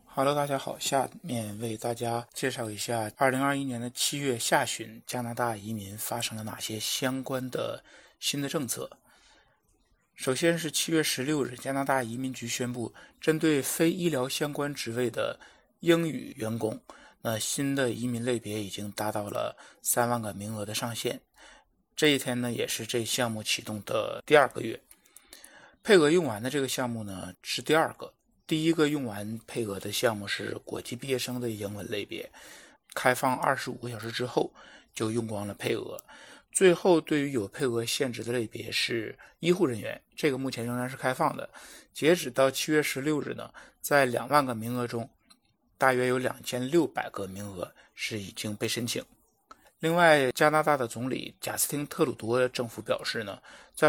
Hello，大家好，下面为大家介绍一下2021年的7月下旬，加拿大移民发生了哪些相关的新的政策。首先是7月16日，加拿大移民局宣布，针对非医疗相关职位的英语员工，新的移民类别已经达到了3万个名额的上限。这一天呢，也是这项目启动的第2个月。配额用完的这个项目呢，是第2个。第一个用完配额的项目是国际毕业生的英文类别，开放25个小时之后就用光了配额。最后对于有配额限制的类别是医护人员，这个目前仍然是开放的。截止到7月16日呢，在2万个名额中，大约有2600个名额是已经被申请。另外，加拿大的总理贾斯汀·特鲁多政府表示呢，在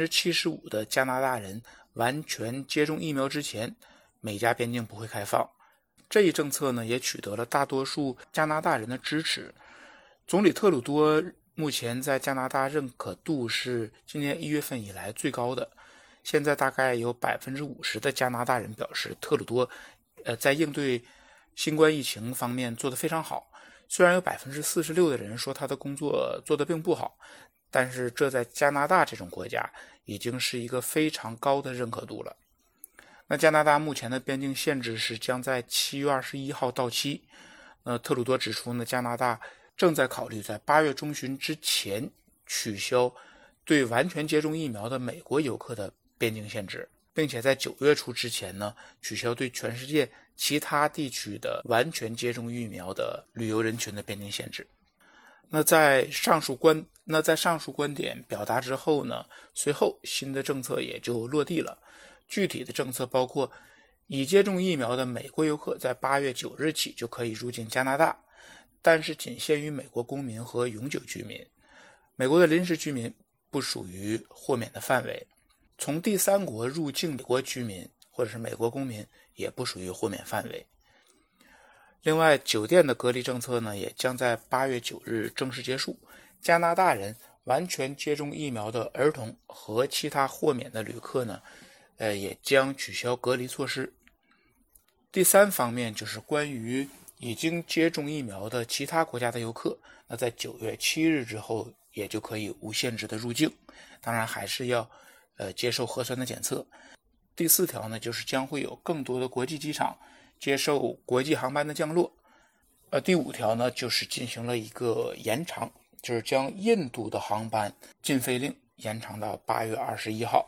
75%的加拿大人完全接种疫苗之前，美加边境不会开放。这一政策呢，也取得了大多数加拿大人的支持。总理特鲁多目前在加拿大认可度是今年1月份以来最高的。现在大概有50%的加拿大人表示，特鲁多在应对新冠疫情方面做得非常好。虽然有46%的人说他的工作做得并不好，但是这在加拿大这种国家已经是一个非常高的认可度了。那加拿大目前的边境限制是将在7月21号到期。特鲁多指出呢，加拿大正在考虑在8月中旬之前取消对完全接种疫苗的美国游客的边境限制，并且在9月初之前呢，取消对全世界其他地区的完全接种疫苗的旅游人群的边境限制。那在上述观点表达之后呢，随后新的政策也就落地了。具体的政策包括，已接种疫苗的美国游客在8月9日起就可以入境加拿大，但是仅限于美国公民和永久居民，美国的临时居民不属于豁免的范围。从第三国入境美国居民或者是美国公民也不属于豁免范围。另外，酒店的隔离政策呢，也将在8月9日正式结束。加拿大人完全接种疫苗的儿童和其他豁免的旅客呢，也将取消隔离措施。第三方面就是关于已经接种疫苗的其他国家的游客，那在9月7日之后也就可以无限制的入境，当然还是要接受核酸的检测。第4条呢，就是将会有更多的国际机场接受国际航班的降落。第5条呢，就是进行了一个延长，就是将印度的航班禁飞令延长到8月21号。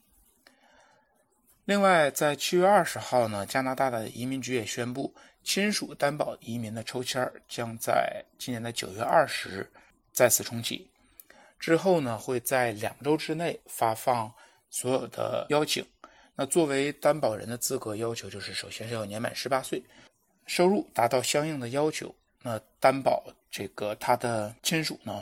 另外，在7月20号呢，加拿大的移民局也宣布，亲属担保移民的抽签将在今年的9月20日再次重启。之后呢，会在2周之内发放所有的邀请。那作为担保人的资格要求就是首先是要年满18岁，收入达到相应的要求。那担保他的亲属呢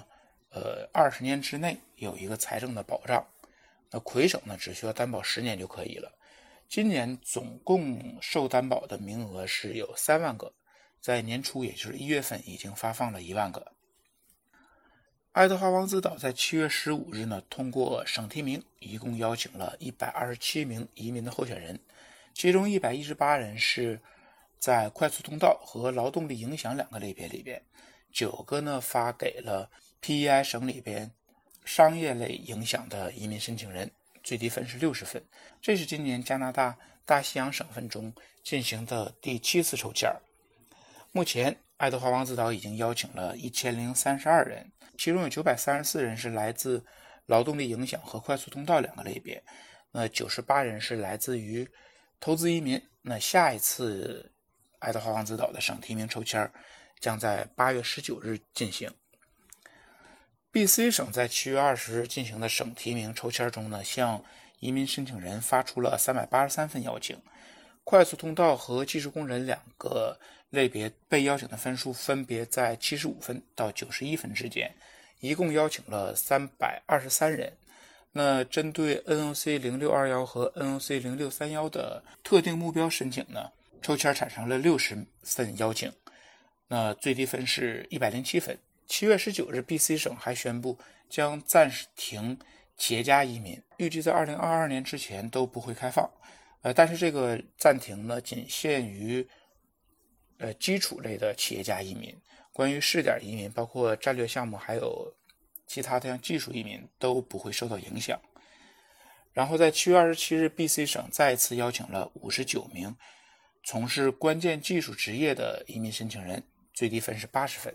，20年之内有一个财政的保障。那魁省呢，只需要担保10年就可以了。今年总共受担保的名额是有3万个，在年初也就是1月份已经发放了1万个。爱德华王子岛在7月15日呢通过省提名，一共邀请了127名移民的候选人，其中118人是在快速通道和劳动力影响2个类别里边，9个呢发给了 PEI 省里边商业类影响的移民申请人，最低分是60分。这是今年加拿大大西洋省份中进行的第7次抽签。目前爱德华王子岛已经邀请了1032人，其中有934人是来自劳动力影响和快速通道2个类别，那98人是来自于投资移民。那下一次爱德华王子岛的省提名抽签将在8月19日进行。BC 省在7月20日进行的省提名抽签中呢，向移民申请人发出了383份邀请，快速通道和技术工人2个类别被邀请的分数分别在75分到91分之间，一共邀请了323人。那针对 NOC 0621和 NOC 0631的特定目标申请呢，抽签产生了60份邀请，那最低分是107分。7月19日 BC 省还宣布将暂时停企业家移民，预计在2022年之前都不会开放。但是这个暂停呢，仅限于基础类的企业家移民，关于试点移民，包括战略项目还有其他的像技术移民都不会受到影响。然后在7月27日 BC 省再次邀请了59名从事关键技术职业的移民申请人，最低分是80分。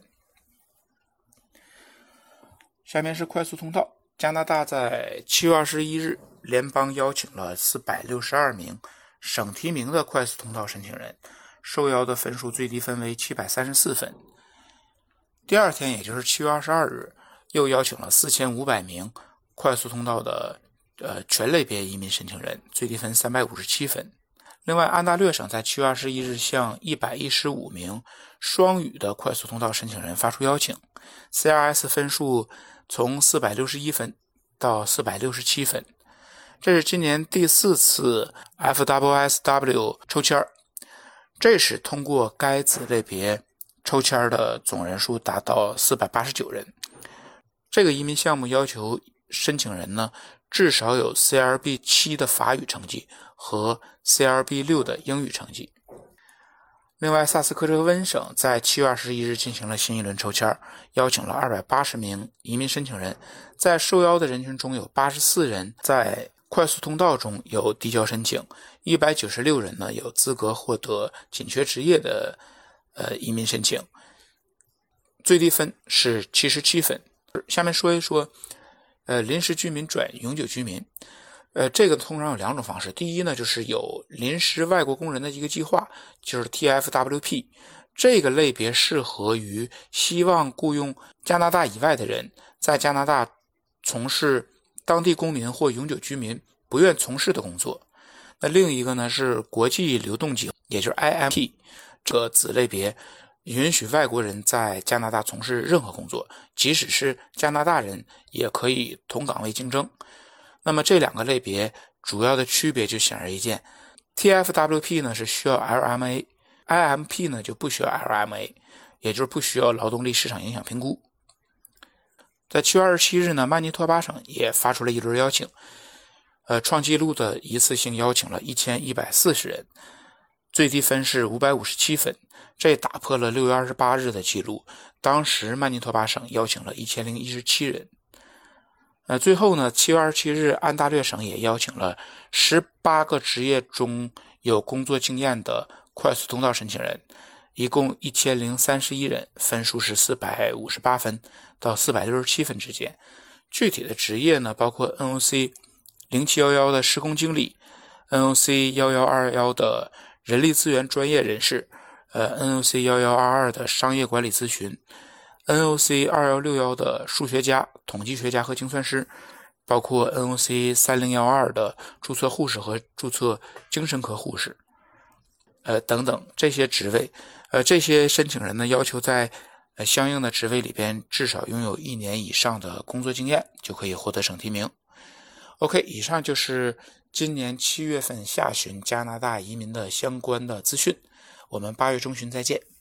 下面是快速通道。加拿大在7月21日联邦邀请了462名省提名的快速通道申请人，受邀的分数最低分为734分。第二天，也就是7月22日，又邀请了4500名快速通道的全类别移民申请人，最低分357分。另外，安大略省在7月21日向115名双语的快速通道申请人发出邀请， CRS 分数从461分到467分。这是今年第4次 FWSW 抽签，这时通过该子类别抽签的总人数达到489人。这个移民项目要求申请人呢，至少有 CLB 7的法语成绩和 CLB 6的英语成绩。另外，萨斯科彻温省在7月21日进行了新一轮抽签，邀请了280名移民申请人，在受邀的人群中有84人在快速通道中有递交申请，196人呢有资格获得紧缺职业的移民申请，最低分是77分。下面说一说临时居民转永久居民。这个通常有2种方式。第一呢，就是有临时外国工人的一个计划，就是 TFWP。这个类别适合于希望雇佣加拿大以外的人，在加拿大从事当地公民或永久居民不愿从事的工作。那另一个呢是国际流动计划，也就是 IMT。这个子类别允许外国人在加拿大从事任何工作，即使是加拿大人也可以同岗位竞争。那么这2个类别主要的区别就显而易见， TFWP 呢是需要 LMA， IMP 呢就不需要 LMA， 也就是不需要劳动力市场影响评估。在7月27日呢，曼尼托巴省也发出了一轮邀请，创纪录的一次性邀请了1140人，最低分是557分，这打破了6月28日的记录，当时曼尼托巴省邀请了1017人。最后呢，7月27日安大略省也邀请了18个职业中有工作经验的快速通道申请人，一共1031人，分数是458分到467分之间。具体的职业呢，包括 NOC 0711的施工经理， NOC 1121的人力资源专业人士，NOC 1122的商业管理咨询， NOC 2161的数学家、统计学家和精算师，包括 NOC 3012的注册护士和注册精神科护士，等等这些职位。这些申请人呢，要求在相应的职位里边至少拥有1年以上的工作经验，就可以获得省提名。OK， 以上就是今年7月份下旬加拿大移民的相关的资讯，我们8月中旬再见。